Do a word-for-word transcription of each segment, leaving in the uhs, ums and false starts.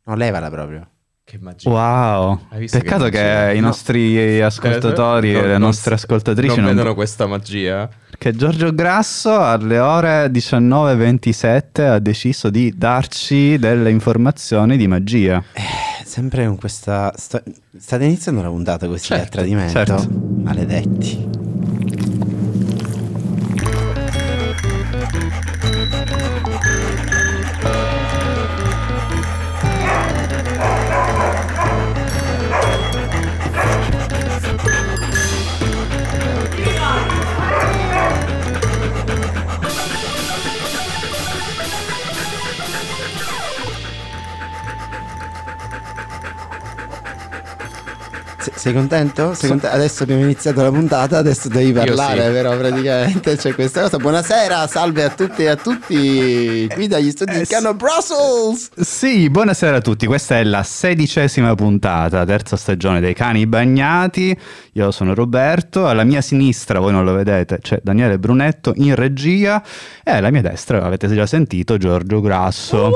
No, levala proprio. Che magia. Wow, peccato che, che i nostri no. ascoltatori no, e le nostre ascoltatrici non, non vedono non... questa magia. Che Giorgio Grasso alle ore diciannove e ventisette ha deciso di darci delle informazioni di magia. Eh, sempre con questa... Sto... State iniziando una puntata così certo, a tradimento? Certo. Maledetti. Sei contento? Sei contento? Adesso abbiamo iniziato la puntata, adesso devi parlare, sì. Però praticamente c'è questa cosa. Buonasera, salve a tutti e a tutti qui dagli studi eh, di Cano Brussels. Sì, buonasera a tutti, questa è la sedicesima puntata, terza stagione dei Cani Bagnati. Io sono Roberto, alla mia sinistra, voi non lo vedete, c'è Daniele Brunetto in regia e alla mia destra, avete già sentito, Giorgio Grasso.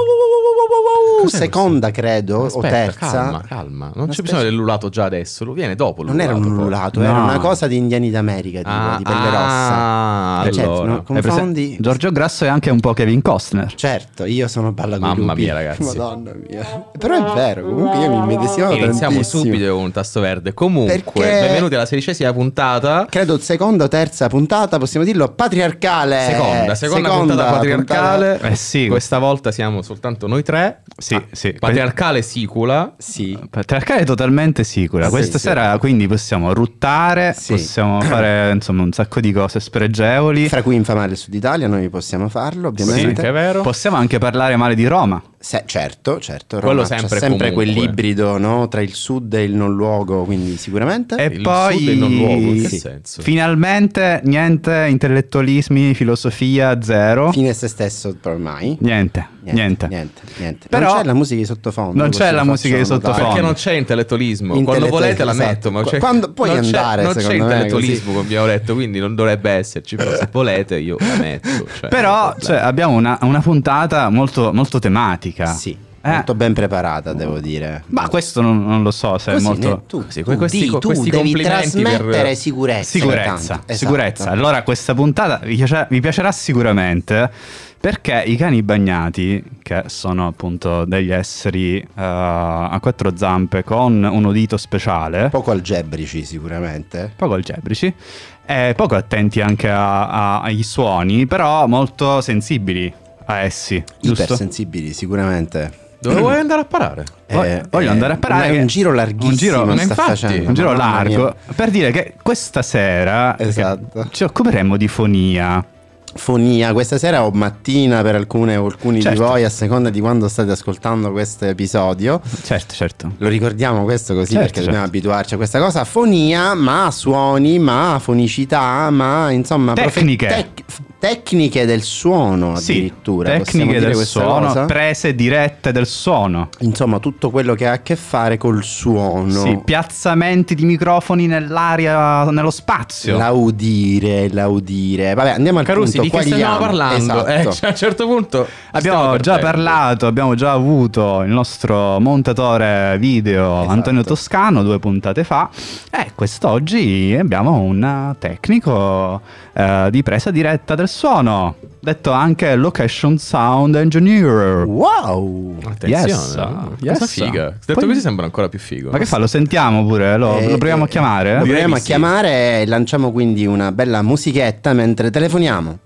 Cos'è seconda questo? Credo Aspetta, o terza. Calma, calma. Non Una c'è bisogno dell'ululato già adesso, lo viene dopo non era un ululato, era no. una cosa di indiani d'America, tipo ah, di pelle ah, rossa. allora. Certo, non confondi. Giorgio Grasso è anche un po' Kevin Costner. Certo, io sono balla con Mamma lupi. mia, ragazzi. Madonna mia. Però è vero, comunque io mi immedesimo Iniziamo tantissimo. subito con un tasto verde. Comunque, Perché... benvenuti alla sedicesima puntata. Credo seconda o terza puntata, possiamo dirlo, patriarcale. Seconda, seconda, seconda puntata patriarcale. Puntata... Eh sì. Questa volta siamo soltanto noi tre. Sì, ah, sì. Patriarcale sicula. Sì. Patriarcale totalmente sicura. Sì, Questa sì. sera quindi possiamo ruttare, sì. possiamo fare insomma un sacco di cose spregevoli. Fra cui infamare il Sud Italia, noi possiamo farlo, ovviamente. Sì, anche è vero. Possiamo anche parlare male di Roma. Se, certo, certo. Quello Roma sempre c'è sempre comunque. quell'ibrido, no? Tra il sud e il non luogo, quindi sicuramente. E il poi sud e il non luogo, in che sì. senso? Finalmente niente intellettualismi, filosofia zero. Fine a se stesso ormai. Niente, niente. Niente, niente, niente. Però non c'è la musica di sottofondo. non questo c'è lo la musica di facciamo sottofondo. Perché non c'è intellettualismo. Quando Intellettualismo, volete la esatto. metto, ma c'è, Quando puoi non andare, c'è, non c'è secondo me, intellettualismo, così. come abbiamo detto, quindi non dovrebbe esserci. Però se volete io la metto. Cioè, Però cioè, abbiamo una, una puntata molto, molto tematica. Sì. Eh. Molto ben preparata, devo dire. Ma questo non, non lo so se Così, è molto... ne- tu, Sì, tu, questi- di, tu questi devi complimenti trasmettere per- sicurezza. Sicurezza, intanto. Esatto. sicurezza. Allora questa puntata vi, piace- vi piacerà sicuramente perché i cani bagnati, che sono appunto degli esseri uh, a quattro zampe con un udito speciale, Poco algebrici sicuramente. poco algebrici, e poco attenti anche a- a- ai suoni, però molto sensibili a essi, giusto? Ipersensibili sicuramente. Dove vuoi andare a parare? Voglio- voglio andare a parare È che- un giro larghissimo, un giro- sta infatti, facendo. Un giro Mamma largo mia. per dire che questa sera che Esatto. ci occuperemo di fonia. Fonia questa sera o mattina per alcune o alcuni Certo. di voi, a seconda di quando state ascoltando questo episodio. Certo, certo. Lo ricordiamo questo così Certo, perché certo. dobbiamo abituarci a questa cosa. Fonia, ma suoni, ma fonicità, ma insomma profe- Tecniche. tec- tecniche del suono addirittura. Sì, possiamo tecniche dire del questa suono, cosa? prese dirette del suono. Insomma, tutto quello che ha a che fare col suono. Sì, piazzamenti di microfoni nell'aria, nello spazio. L'audire, l'audire. Vabbè, andiamo al Carusi, punto. di che Quali stiamo diamo? parlando? Esatto. Eh, cioè, a un certo punto Abbiamo stiamo già perdendo. parlato, abbiamo già avuto il nostro montatore video Esatto. Antonio Toscano due puntate fa e quest'oggi abbiamo un tecnico eh, di presa diretta del suono, detto anche Location Sound Engineer. Wow. Attenzione, Yes, no? yes. Cosa figa. Detto Poi- così sembra ancora più figo. Ma che fa? Lo sentiamo pure? Lo, Eh, lo proviamo a eh, chiamare? Lo Direi proviamo a di sì. chiamare e lanciamo quindi una bella musichetta mentre telefoniamo.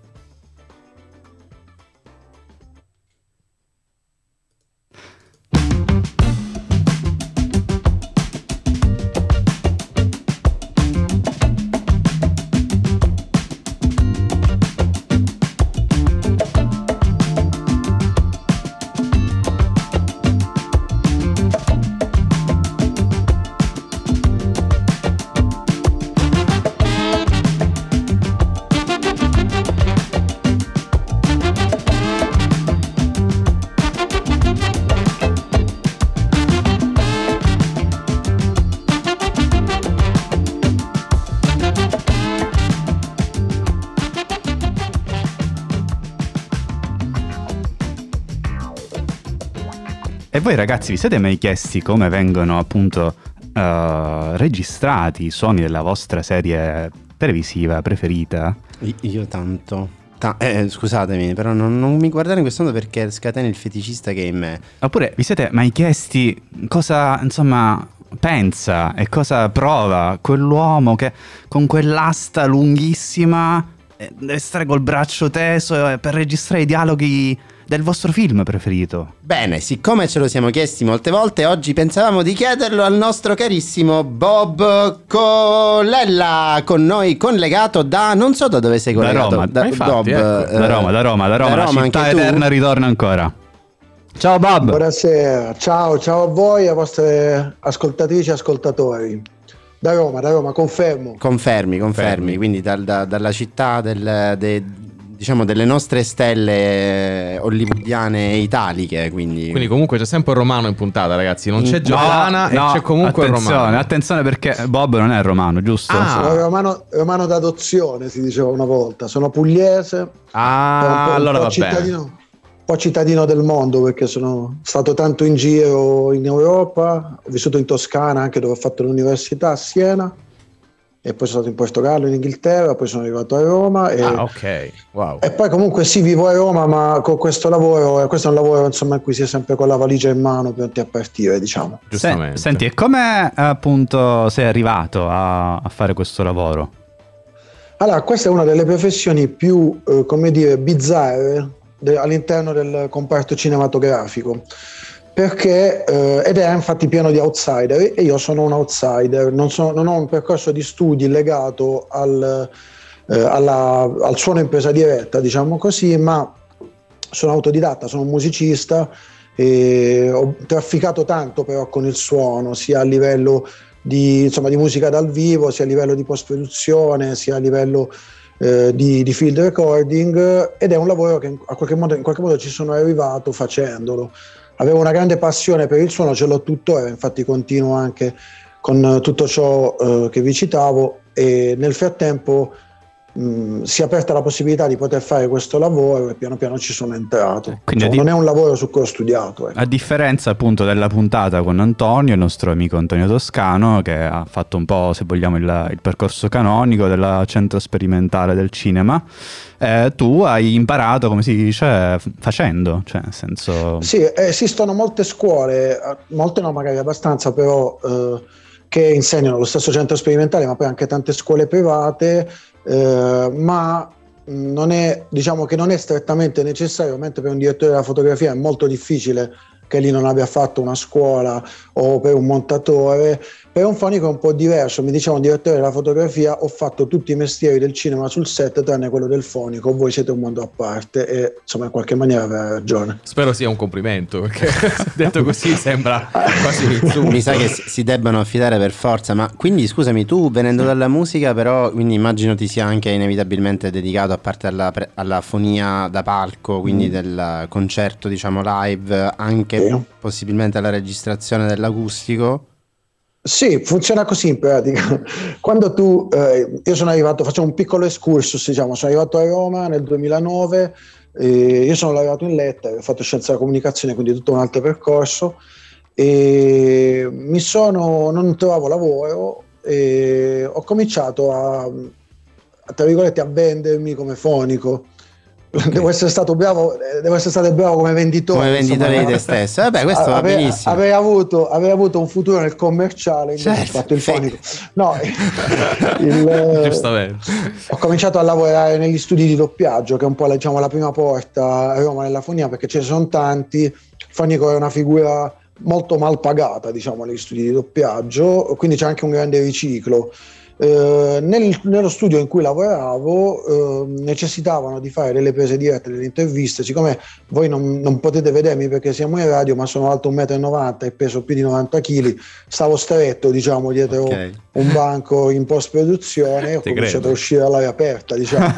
E voi ragazzi vi siete mai chiesti come vengono appunto uh, registrati i suoni della vostra serie televisiva preferita? Io tanto. Ta- eh, scusatemi, però non, non mi guardare in questo modo perché scatena il feticista che è in me. Oppure vi siete mai chiesti cosa, insomma, pensa e cosa prova quell'uomo che con quell'asta lunghissima deve stare col braccio teso per registrare i dialoghi del vostro film preferito? Bene, siccome ce lo siamo chiesti molte volte, oggi pensavamo di chiederlo al nostro carissimo Bob Colella, con noi collegato da non so da dove sei collegato. Da Roma, da, infatti, Bob, ecco. eh, da Roma, da Roma, da Roma, da Roma la città anche tu? eterna ritorna ancora. Ciao Bob. Buonasera, ciao, ciao a voi e ai vostre ascoltatrici e ascoltatori. Da Roma, da Roma, confermo. Confermi, confermi, Confermi. quindi dal- da- dalla città del, de- diciamo delle nostre stelle hollywoodiane e italiche, quindi... Quindi comunque c'è sempre un romano in puntata, ragazzi. Non c'è No, Giordana e c'è comunque il attenzione, romano. attenzione perché Bob non è romano, giusto? Ah. Sono romano, romano d'adozione, si diceva una volta. Sono pugliese, un Ah, po', un allora po' va cittadino, bene. un po' cittadino del mondo perché sono stato tanto in giro in Europa, ho vissuto in Toscana anche dove ho fatto l'università a Siena. E poi sono stato in Portogallo, in Inghilterra, poi sono arrivato a Roma e, Ah, ok. Wow. e poi comunque sì, vivo a Roma, ma con questo lavoro, e questo è un lavoro insomma in cui si è sempre con la valigia in mano pronti a partire, diciamo. Giustamente. Se- senti, e come appunto sei arrivato a, a fare questo lavoro? Allora, questa è una delle professioni più, eh, come dire, bizzarre de- all'interno del comparto cinematografico, perché eh, ed è infatti pieno di outsider e io sono un outsider, non, sono, non ho un percorso di studi legato al, eh, alla, al suono in presa diretta, diciamo così, ma sono autodidatta, sono un musicista e ho trafficato tanto però con il suono, sia a livello di, insomma, di musica dal vivo, sia a livello di post-produzione, sia a livello eh, di, di field recording, ed è un lavoro che in qualche modo, in qualche modo ci sono arrivato facendolo. Avevo una grande passione per il suono, ce l'ho tuttora, infatti continuo anche con tutto ciò eh, che vi citavo, e nel frattempo mh, si è aperta la possibilità di poter fare questo lavoro e piano piano ci sono entrato. Quindi Cioè, di- non è un lavoro su cui ho studiato. Ecco. A differenza appunto della puntata con Antonio, il nostro amico Antonio Toscano, che ha fatto un po', se vogliamo, il, il percorso canonico del centro sperimentale del cinema, eh, tu hai imparato, come si dice, f- facendo, cioè nel senso... Sì, esistono molte scuole, eh, molte no magari abbastanza, però eh, che insegnano lo stesso centro sperimentale, ma poi anche tante scuole private, eh, ma mh, non è, diciamo che non è strettamente necessario, mentre per un direttore della fotografia è molto difficile che lì non abbia fatto una scuola, o per un montatore. Per un fonico è un po' diverso, mi diceva un direttore della fotografia: ho fatto tutti i mestieri del cinema sul set tranne quello del fonico, voi siete un mondo a parte, e insomma in qualche maniera aveva ragione. Spero sia un complimento, perché detto così sembra quasi un insulto. Mi sa che si si debbano affidare per forza, ma quindi scusami, tu venendo dalla musica però, quindi immagino ti sia anche inevitabilmente dedicato, a parte alla, pre- alla fonia da palco, quindi Mm. del concerto diciamo live, anche Sì. possibilmente alla registrazione dell'acustico. Sì, funziona così in pratica. Quando tu, eh, io sono arrivato, facciamo un piccolo excursus, diciamo, sono arrivato a Roma nel duemilanove, eh, io sono laureato in lettere, ho fatto scienza della comunicazione, quindi tutto un altro percorso, e mi sono, non trovavo lavoro e ho cominciato a, a, tra virgolette, a vendermi come fonico. Devo essere stato bravo, eh, devo essere stato bravo come venditore. Come venditore insomma. di te stesso. Vabbè, questo va Avrei- benissimo. Avrei avuto, avrei avuto un futuro nel commerciale, invece Certo, ho fatto il fe- fonico. No, il- Giustamente. ho cominciato a lavorare negli studi di doppiaggio, che è un po' la, diciamo, la prima porta a Roma nella fonia, perché ce ne sono tanti. Il fonico è una figura molto mal pagata, diciamo, negli studi di doppiaggio, quindi c'è anche un grande riciclo. Eh, nel- nello studio in cui lavoravo eh, necessitavano di fare delle prese dirette, delle interviste. Siccome voi non, non potete vedermi perché siamo in radio, ma sono alto un metro e novanta e peso più di novanta chili, stavo stretto, diciamo, dietro Ok. un banco in post produzione e ho Ti cominciato credo. a uscire all'aria aperta, diciamo.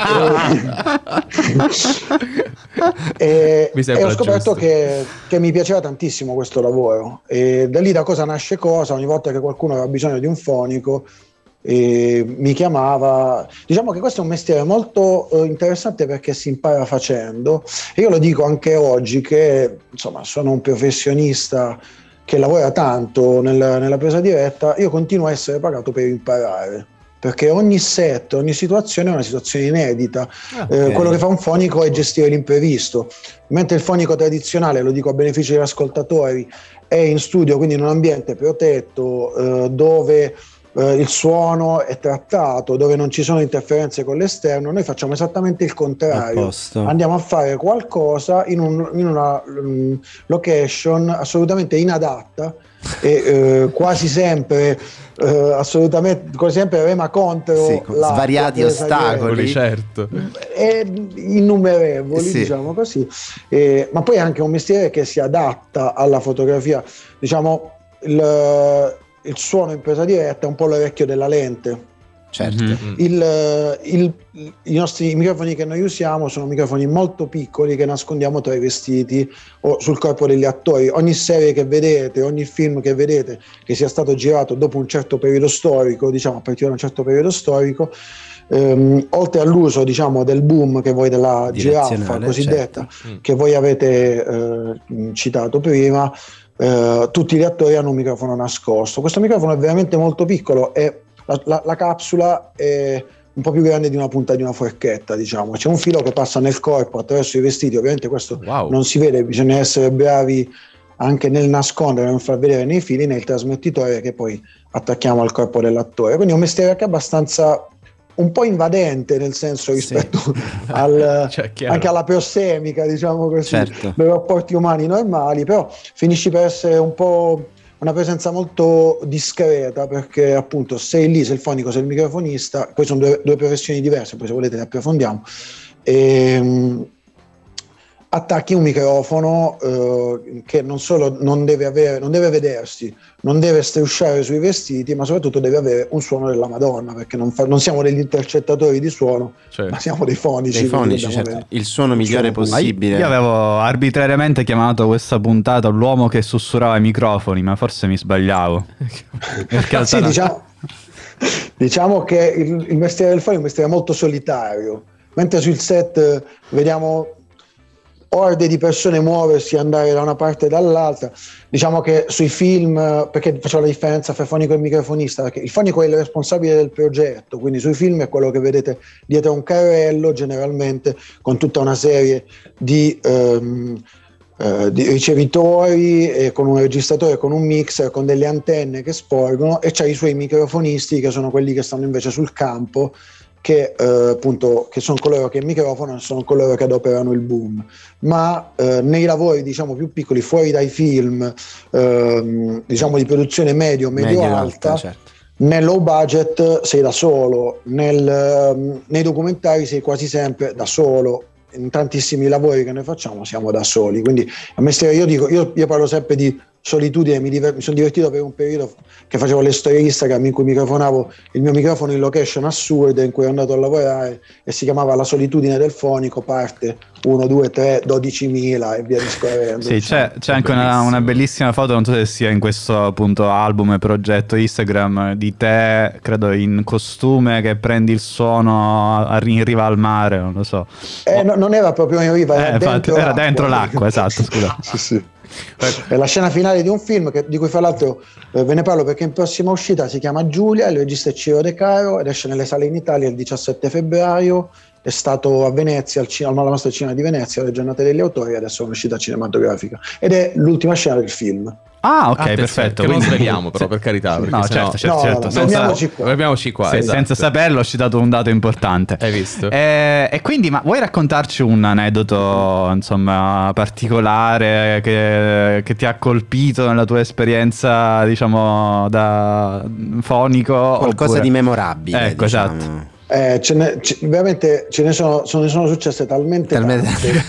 e, Mi sembra e ho scoperto giusto. che, che mi piaceva tantissimo questo lavoro, e da lì da cosa nasce cosa. Ogni volta che qualcuno aveva bisogno di un fonico, e mi chiamava. Diciamo che questo è un mestiere molto eh, interessante perché si impara facendo, e io lo dico anche oggi che insomma sono un professionista che lavora tanto nel, nella presa diretta, io continuo a essere pagato per imparare, perché ogni set, ogni situazione è una situazione inedita. Okay. Eh, quello che fa un fonico è gestire l'imprevisto, mentre il fonico tradizionale, lo dico a beneficio degli ascoltatori, è in studio, quindi in un ambiente protetto, eh, dove eh, il suono è trattato, dove non ci sono interferenze con l'esterno. Noi facciamo esattamente il contrario, andiamo a fare qualcosa in, un, in una um, location assolutamente inadatta e eh, quasi sempre eh, assolutamente quasi sempre rema contro sì, la, svariati la ostacoli, certo, e innumerevoli, sì. diciamo così, e, ma poi è anche un mestiere che si adatta alla fotografia. Diciamo il, il suono in presa diretta è un po' l'orecchio della lente. Certo. Mm-hmm. il, il, i nostri i microfoni che noi usiamo sono microfoni molto piccoli che nascondiamo tra i vestiti o sul corpo degli attori. Ogni serie che vedete, ogni film che vedete che sia stato girato dopo un certo periodo storico, diciamo a partire da un certo periodo storico, ehm, oltre all'uso, diciamo, del boom che voi, della giraffa cosiddetta, certo, che voi avete eh, citato prima, eh, tutti gli attori hanno un microfono nascosto. Questo microfono è veramente molto piccolo e La, la, la capsula è un po' più grande di una punta di una forchetta, diciamo. C'è un filo che passa nel corpo attraverso i vestiti, ovviamente questo wow. non si vede, bisogna essere bravi anche nel nascondere, non far vedere nei fili, nel trasmettitore che poi attacchiamo al corpo dell'attore. Quindi è un mestiere che è abbastanza un po' invadente, nel senso rispetto sì. al, cioè, anche alla prossemica, diciamo così, certo. dei rapporti umani normali, però finisci per essere un po' una presenza molto discreta, perché appunto sei lì, sei il fonico, sei il microfonista, poi sono due, due professioni diverse, poi se volete ne approfondiamo, e um, attacchi un microfono uh, che non solo non deve avere, non deve vedersi, non deve strusciare sui vestiti, ma soprattutto deve avere un suono della Madonna, perché non, fa, non siamo degli intercettatori di suono, cioè, ma siamo dei fonici. Dei fonici, certo. Il suono migliore il suono possibile. Io avevo arbitrariamente chiamato questa puntata l'uomo che sussurrava i microfoni, ma forse mi sbagliavo. Perché sì, diciamo, diciamo che il, il mestiere del fonico è un mestiere molto solitario, mentre sul set vediamo orde di persone muoversi, andare da una parte e dall'altra. Diciamo che sui film, perché faccio la differenza fra fonico e microfonista, perché il fonico è il responsabile del progetto, quindi sui film è quello che vedete dietro un carrello, generalmente con tutta una serie di, ehm, eh, di ricevitori, e con un registratore, con un mixer, con delle antenne che sporgono, e c'ha i suoi microfonisti che sono quelli che stanno invece sul campo, che eh, appunto che sono coloro che microfono, sono coloro che adoperano il boom. Ma eh, nei lavori, diciamo, più piccoli, fuori dai film, eh, diciamo di produzione medio medio, medio alta, alta certo. Nel low budget sei da solo, nel, nei documentari sei quasi sempre da solo, in tantissimi lavori che noi facciamo siamo da soli. Quindi a mestiere, io dico, io, io parlo sempre di solitudine, mi, diver- mi sono divertito per un periodo che facevo le storie Instagram in cui microfonavo il mio microfono in location assurde in cui ero andato a lavorare, e si chiamava La solitudine del fonico, parte uno, due, tre, dodicimila e via discorrendo. Sì, c'è, c'è anche una, una bellissima foto, non so se sia in questo appunto album e progetto Instagram, di te credo in costume che prendi il suono in riva al mare, non lo so. Eh, oh. no, non era proprio in riva, era, eh, dentro, infatti, era l'acqua. dentro l'acqua, esatto, scusa. Sì, sì. È la scena finale di un film che, di cui fra l'altro eh, ve ne parlo perché in prossima uscita si chiama Giulia, il regista è Ciro De Caro ed esce nelle sale in Italia il diciassette febbraio. È stato a Venezia, al cinema, alla Mostra Cinema di Venezia, alle giornate degli autori, adesso è un'uscita cinematografica ed è l'ultima scena del film. Ah, ok, Attenzione, perfetto. Che quindi... non svegliamo però, per carità. No, certo, certo, no, certo. No, no, senza... fermiamoci qua. Fermiamoci qua, sì, esatto. Senza saperlo ho citato un dato importante. Hai visto? E, e quindi, ma vuoi raccontarci un aneddoto, insomma, particolare che, che ti ha colpito nella tua esperienza, diciamo, da fonico? Qualcosa oppure... di memorabile, ecco, diciamo. esatto. Eh, ce ne, ce, veramente ce ne sono, sono, sono successe talmente, talmente...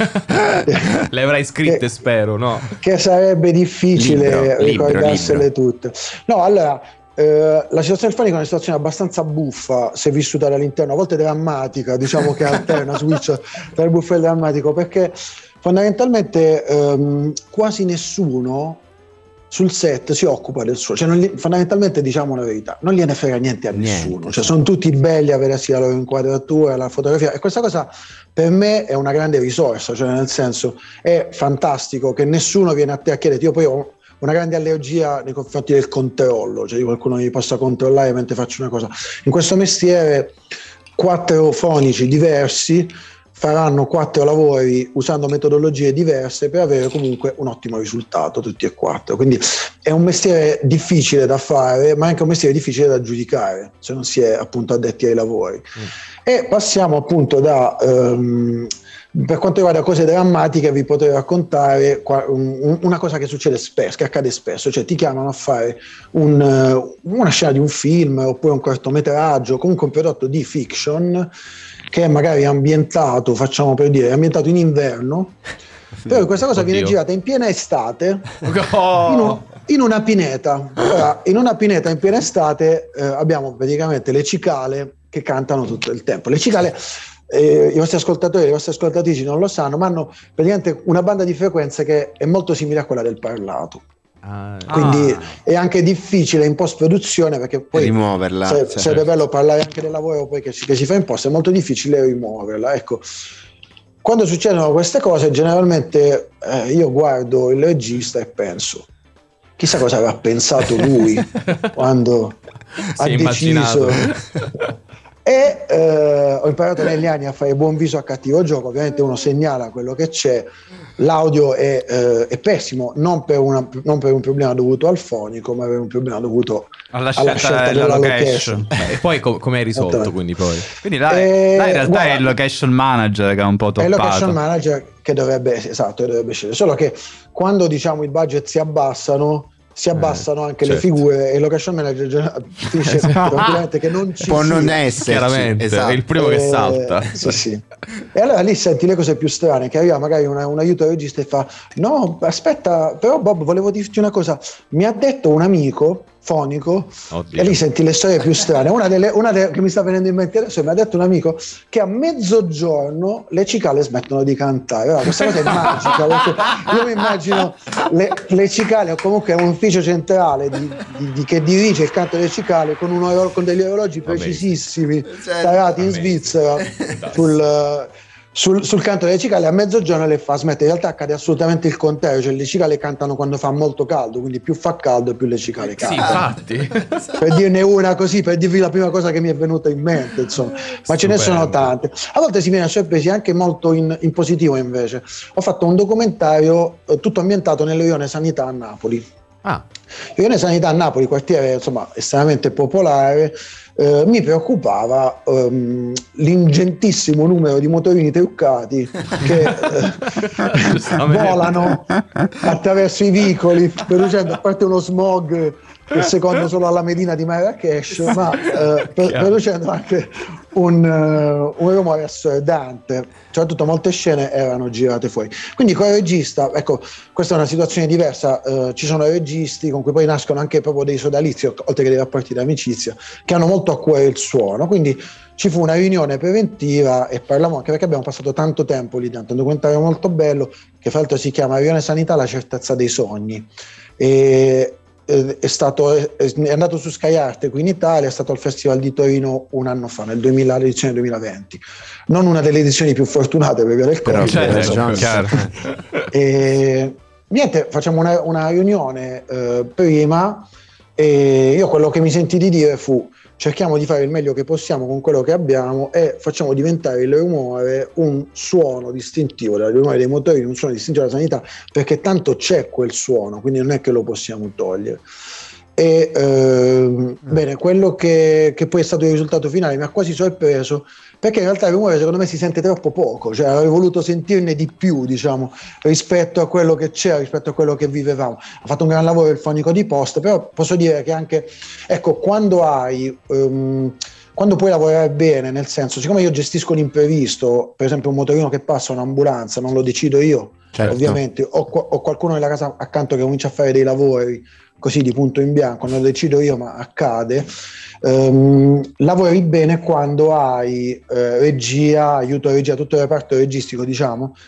tante. Le avrai scritte, che, spero, no? Che sarebbe difficile libro, ricordarsele libro, libro. tutte. No, allora, eh, la situazione del fonico è una situazione abbastanza buffa se vissuta dall'interno, a volte drammatica, diciamo che alterna switch tra il buffo e il drammatico, perché fondamentalmente ehm, quasi nessuno sul set si occupa del suo, cioè non gli, fondamentalmente diciamo la verità, non gliene frega niente a nessuno, Niente, cioè sono tutti belli a vedersi la loro inquadratura, la fotografia, e questa cosa per me è una grande risorsa, cioè nel senso è fantastico che nessuno viene a te a chiedere. Io poi ho una grande allergia nei confronti del controllo, cioè di qualcuno mi possa controllare mentre faccio una cosa. In questo mestiere quattro fonici diversi faranno quattro lavori usando metodologie diverse per avere comunque un ottimo risultato, tutti e quattro. Quindi è un mestiere difficile da fare, ma è anche un mestiere difficile da giudicare, se non si è appunto addetti ai lavori. Mm. E passiamo appunto da... Um, per quanto riguarda cose drammatiche, vi potrei raccontare una cosa che succede spesso, che accade spesso, cioè ti chiamano a fare un, una scena di un film oppure un cortometraggio, comunque un prodotto di fiction che è magari ambientato, facciamo per dire, è ambientato in inverno, però questa cosa Oddio. viene girata in piena estate oh. in, un, in una pineta. Ora, in una pineta in piena estate eh, abbiamo praticamente le cicale che cantano tutto il tempo. Le cicale, eh, i vostri ascoltatori, le vostre ascoltatrici non lo sanno, ma hanno praticamente una banda di frequenze che è molto simile a quella del parlato. Ah, quindi ah. è anche difficile in post produzione, perché poi rimuoverla se, certo. sarebbe bello parlare anche del lavoro poi che si, che si fa in post, è molto difficile rimuoverla. Ecco, quando succedono queste cose generalmente eh, io guardo il regista e penso chissà cosa avrà pensato lui quando ha deciso. E eh, ho imparato negli anni a fare buon viso a cattivo gioco. Ovviamente uno segnala quello che c'è, l'audio è, eh, è pessimo, non per, una, non per un problema dovuto al fonico, ma per un problema dovuto alla scelta, alla scelta della, della location, location. E poi com- come hai risolto? Quindi poi quindi là, eh, là in realtà guarda, è il location manager che è un po' toppato. È il location manager che dovrebbe, esatto, dovrebbe scegliere, solo che quando diciamo i budget si abbassano si abbassano anche eh, certo. le figure, e il location manager finisce tranquillamente che non ci può sia. non esserci, chiaramente, esatto. È il primo eh, che salta. Sì, sì. E allora lì senti le cose più strane, che arriva magari una, un aiuto regista e fa no aspetta, però Bob volevo dirti una cosa, mi ha detto un amico fonico. Oddio. E lì senti le storie più strane. Una delle, una delle che mi sta venendo in mente adesso, mi ha detto un amico che a mezzogiorno le cicale smettono di cantare. Allora, questa cosa è magica, perché io mi immagino le, le cicale, o comunque un ufficio centrale di, di, di, che dirige il canto delle cicale con, un oro, con degli orologi precisissimi, tarati in Svizzera sul Sul, sul canto delle cicale, a mezzogiorno le fa smettere. In realtà accade assolutamente il contrario, cioè le cicale cantano quando fa molto caldo, quindi più fa caldo più le cicale cantano. Sì, infatti. Per dirne una così, per dirvi la prima cosa che mi è venuta in mente, insomma. Ma Stupendo. Ce ne sono tante. A volte si viene sorpresi anche molto in, in positivo invece. Ho fatto un documentario eh, tutto ambientato nel Rione Sanità a Napoli. Ah. Rione Sanità a Napoli, quartiere insomma estremamente popolare. Uh, mi preoccupava um, l'ingentissimo numero di motorini truccati che uh, volano attraverso i vicoli, producendo a parte uno smog che secondo solo alla Medina di Marrakesh, ma uh, per, producendo anche un, uh, un rumore assordante. Soprattutto molte scene erano girate fuori. Quindi con il regista, ecco, questa è una situazione diversa, uh, ci sono registi con cui poi nascono anche proprio dei sodalizi, oltre che dei rapporti d'amicizia, che hanno molto a cuore il suono. Quindi ci fu una riunione preventiva e parlavamo, anche perché abbiamo passato tanto tempo lì dentro, un documentario molto bello che fra l'altro si chiama Rione Sanità, la certezza dei sogni. E è stato è andato su Sky Arte qui in Italia, è stato al Festival di Torino un anno fa, nel duemila, l'edizione duemilaventi, non una delle edizioni più fortunate per via del Covid, certo, chiaro. E niente, facciamo una, una riunione eh, prima, e io quello che mi sentì di dire fu: cerchiamo di fare il meglio che possiamo con quello che abbiamo e facciamo diventare il rumore un suono distintivo, il rumore dei motori un suono distintivo della sanità, perché tanto c'è quel suono, quindi non è che lo possiamo togliere. E eh, mm. bene, quello che, che poi è stato il risultato finale mi ha quasi sorpreso, perché in realtà il rumore secondo me si sente troppo poco, cioè avrei voluto sentirne di più, diciamo, rispetto a quello che c'era, rispetto a quello che vivevamo. Ha fatto un gran lavoro il fonico di posta, però posso dire che anche, ecco, quando hai um, quando puoi lavorare bene, nel senso, siccome io gestisco l'imprevisto, per esempio un motorino che passa, un'ambulanza, non lo decido io, certo. Ovviamente, ho, ho qualcuno nella casa accanto che comincia a fare dei lavori così di punto in bianco, non lo decido io ma accade. Um, lavori bene quando hai eh, regia, aiuto regia, tutto il reparto registico, diciamo,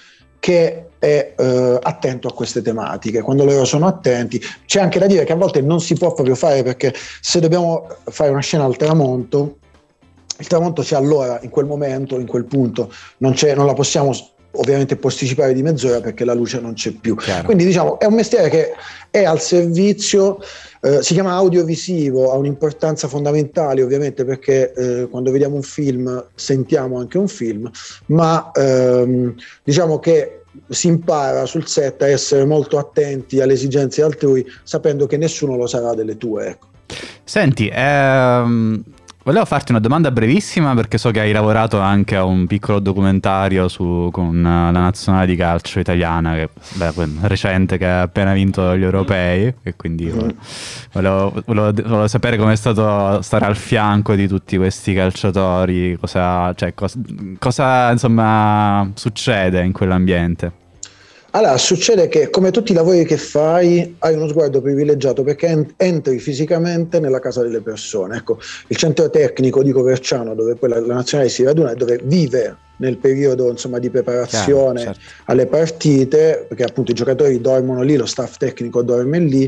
che è eh, attento a queste tematiche. Quando loro sono attenti, c'è anche da dire che a volte non si può proprio fare, perché se dobbiamo fare una scena al tramonto, il tramonto c'è allora, in quel momento, in quel punto, non, c'è, non la possiamo ovviamente posticipare di mezz'ora perché la luce non c'è più. Chiaro. Quindi diciamo è un mestiere che è al servizio, eh, si chiama audiovisivo, ha un'importanza fondamentale ovviamente perché eh, quando vediamo un film sentiamo anche un film, ma ehm, diciamo che si impara sul set a essere molto attenti alle esigenze altrui, sapendo che nessuno lo sarà delle tue, ecco. Senti, ehm... volevo farti una domanda brevissima perché so che hai lavorato anche a un piccolo documentario su, con la nazionale di calcio italiana, che, beh, recente, che ha appena vinto gli europei, e quindi mm. volevo, volevo, volevo sapere com'è stato stare al fianco di tutti questi calciatori, cosa, cioè, cosa, cosa insomma succede in quell'ambiente. Allora, succede che come tutti i lavori che fai hai uno sguardo privilegiato perché entri fisicamente nella casa delle persone. Ecco, il centro tecnico di Coverciano, dove poi la, la nazionale si raduna, è dove vive nel periodo insomma di preparazione Chiaro, certo. alle partite, perché appunto i giocatori dormono lì, lo staff tecnico dorme lì.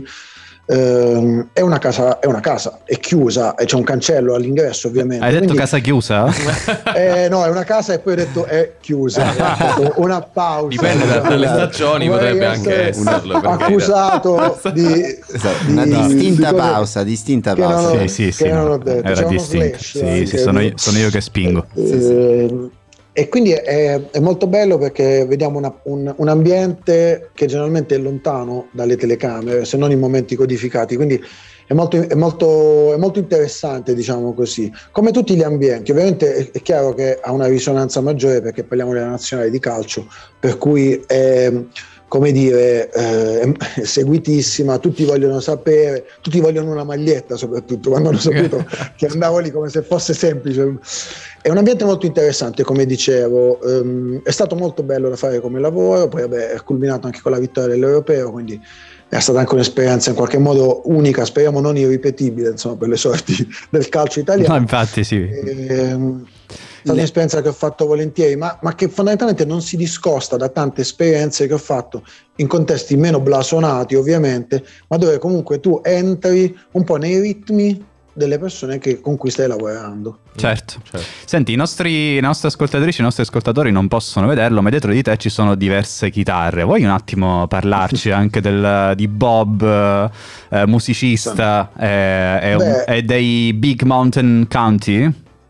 Uh, è una casa, è una casa, è chiusa e c'è un cancello all'ingresso ovviamente. Hai detto Quindi, casa chiusa? eh, no, è una casa e poi ho detto è chiusa. Una pausa. Dipende dalle stagioni, potrebbe anche esserlo. Accusato di, esatto, di una distinta di pausa, distinta che pausa. non ho, sì, sì, che sì, non no, ho detto. era C'è distinto. Sì, sì, sono io, sono io che spingo. Eh, sì, sì. E quindi è, è molto bello perché vediamo una, un, un ambiente che generalmente è lontano dalle telecamere, se non in momenti codificati, quindi è molto, è molto, è molto interessante, diciamo così. Come tutti gli ambienti, ovviamente è, è chiaro che ha una risonanza maggiore perché parliamo della nazionale di calcio, per cui è, come dire, eh, è seguitissima, tutti vogliono sapere, tutti vogliono una maglietta soprattutto, quando hanno saputo che andavo lì come se fosse semplice. È un ambiente molto interessante, come dicevo, um, è stato molto bello da fare come lavoro, poi vabbè, è culminato anche con la vittoria dell'Europeo, quindi è stata anche un'esperienza in qualche modo unica, speriamo non irripetibile, insomma, per le sorti del calcio italiano. No, infatti sì. E, um, è stata un'esperienza che ho fatto volentieri, ma, ma che fondamentalmente non si discosta da tante esperienze che ho fatto in contesti meno blasonati ovviamente, ma dove comunque tu entri un po' nei ritmi delle persone che, con cui stai lavorando. Certo. certo. Senti, i nostri, i nostri ascoltatrici, i nostri ascoltatori non possono vederlo, ma dietro di te ci sono diverse chitarre. Vuoi un attimo parlarci anche del, di Bob, eh, musicista eh, e, Beh, e dei Big Mountain County?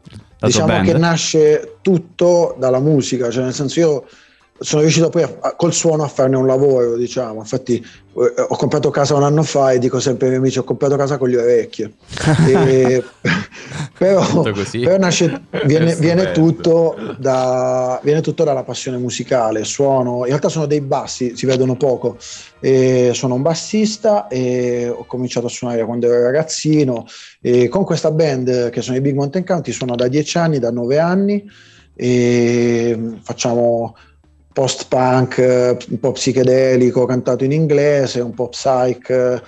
La diciamo tua band? che nasce tutto dalla musica, cioè nel senso io sono riuscito poi a, a, col suono a farne un lavoro, diciamo. Infatti eh, ho comprato casa un anno fa e dico sempre ai miei amici: ho comprato casa con le orecchie. e, però, però nasce, viene, viene, tutto da, viene tutto dalla passione musicale. Suono, in realtà sono dei bassi, si vedono poco. E sono un bassista e ho cominciato a suonare quando ero ragazzino, e con questa band che sono i Big Mountain County suono da dieci anni, da nove anni, e facciamo post-punk, un po' psichedelico, cantato in inglese, un po' psych,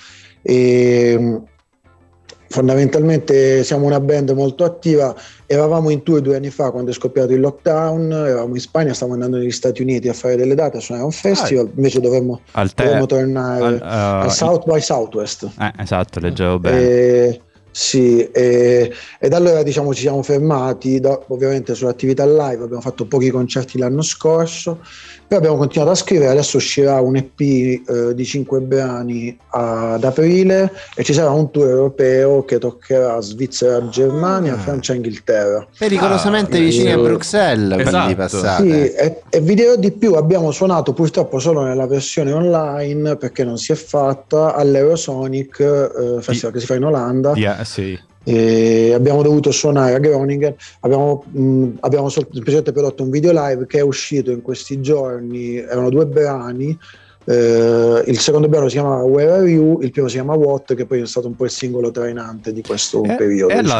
e fondamentalmente siamo una band molto attiva. Eravamo in tour due anni fa quando è scoppiato il lockdown, eravamo in Spagna, stavamo andando negli Stati Uniti a fare delle date, a suonare un festival, ah, invece dovremmo, al te- dovremmo tornare al, uh, al South by Southwest. Eh, esatto, leggevo bene. E, sì, e, ed allora diciamo ci siamo fermati da, ovviamente sull'attività live, abbiamo fatto pochi concerti l'anno scorso, poi abbiamo continuato a scrivere, adesso uscirà un E P eh, di cinque brani ad aprile e ci sarà un tour europeo che toccherà Svizzera, Germania, ah. Francia e Inghilterra. Pericolosamente ah, vicini a Bruxelles, esatto. Quindi passate. Sì, e, e vi dirò di più, abbiamo suonato purtroppo solo nella versione online perché non si è fatta all'Eurosonic eh, Festival I, che si fa in Olanda. Yeah, sì. E abbiamo dovuto suonare a Groningen, abbiamo, mh, abbiamo semplicemente prodotto un video live che è uscito in questi giorni, erano due brani, eh, il secondo brano si chiama Where Are You, il primo si chiama What, che poi è stato un po' il singolo trainante di questo e, periodo. E diciamo. allora,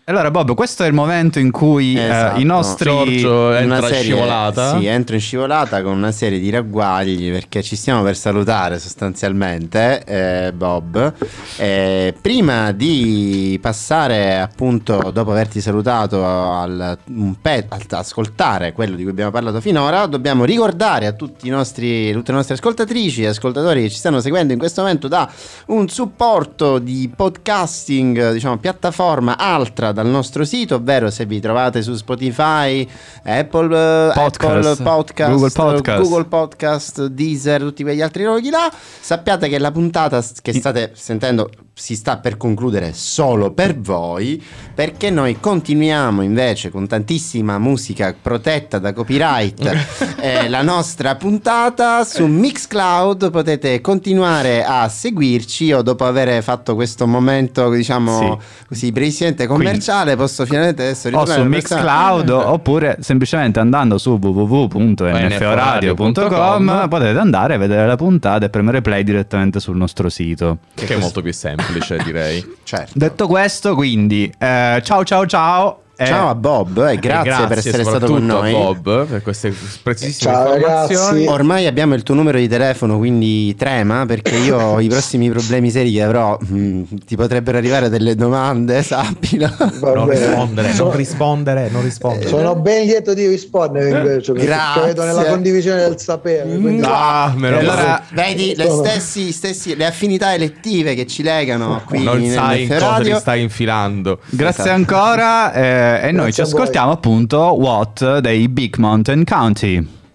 Allora Bob, questo è il momento in cui Esatto. eh, i nostri Giorgio Una entra in serie- scivolata. Sì, entro in scivolata con una serie di ragguagli perché ci stiamo per salutare sostanzialmente, eh, Bob. Eh, prima di passare appunto, dopo averti salutato, al, un pe- ad ascoltare quello di cui abbiamo parlato finora, dobbiamo ricordare a tutti i nostri, tutte le nostre ascoltatrici e ascoltatori che ci stanno seguendo in questo momento da un supporto di podcasting, diciamo piattaforma altra dal nostro sito, ovvero se vi trovate su Spotify, Apple Podcast, Apple Podcast, Google Podcast. Google Podcast, Deezer, tutti quegli altri luoghi là, sappiate che la puntata che state sentendo si sta per concludere solo per voi, perché noi continuiamo invece con tantissima musica protetta da copyright eh, la nostra puntata su Mixcloud. Potete continuare a seguirci. Io, dopo aver fatto questo momento, diciamo così brevemente commerciale, posso finalmente adesso o ritornare su al Mixcloud personaggio. oppure semplicemente andando su w w w punto n f o radio punto com potete andare a vedere la puntata e premere play direttamente sul nostro sito. Che è molto più semplice, direi. Certo. Detto questo, quindi eh, ciao ciao ciao. Eh, Ciao a Bob e grazie, E per essere stato con soprattutto noi. a Bob per queste precisissime Ciao, informazioni. ragazzi. Ormai abbiamo il tuo numero di telefono, quindi trema, perché io i prossimi problemi seri che avrò, mh, ti potrebbero arrivare delle domande, sappilo. Va Non bene. rispondere, Sono- non rispondere, non rispondere. Sono ben lieto di rispondere invece, perché Grazie. credo nella condivisione del sapere. quindi- Ah, meno E male. allora, vedi le, Sono- stessi, stessi, le affinità elettive che ci legano qui non nel sai in F cosa Radio. ti stai infilando. Grazie Esatto. ancora eh, e noi ci Grazie a voi. ascoltiamo appunto What dei Big Mountain County.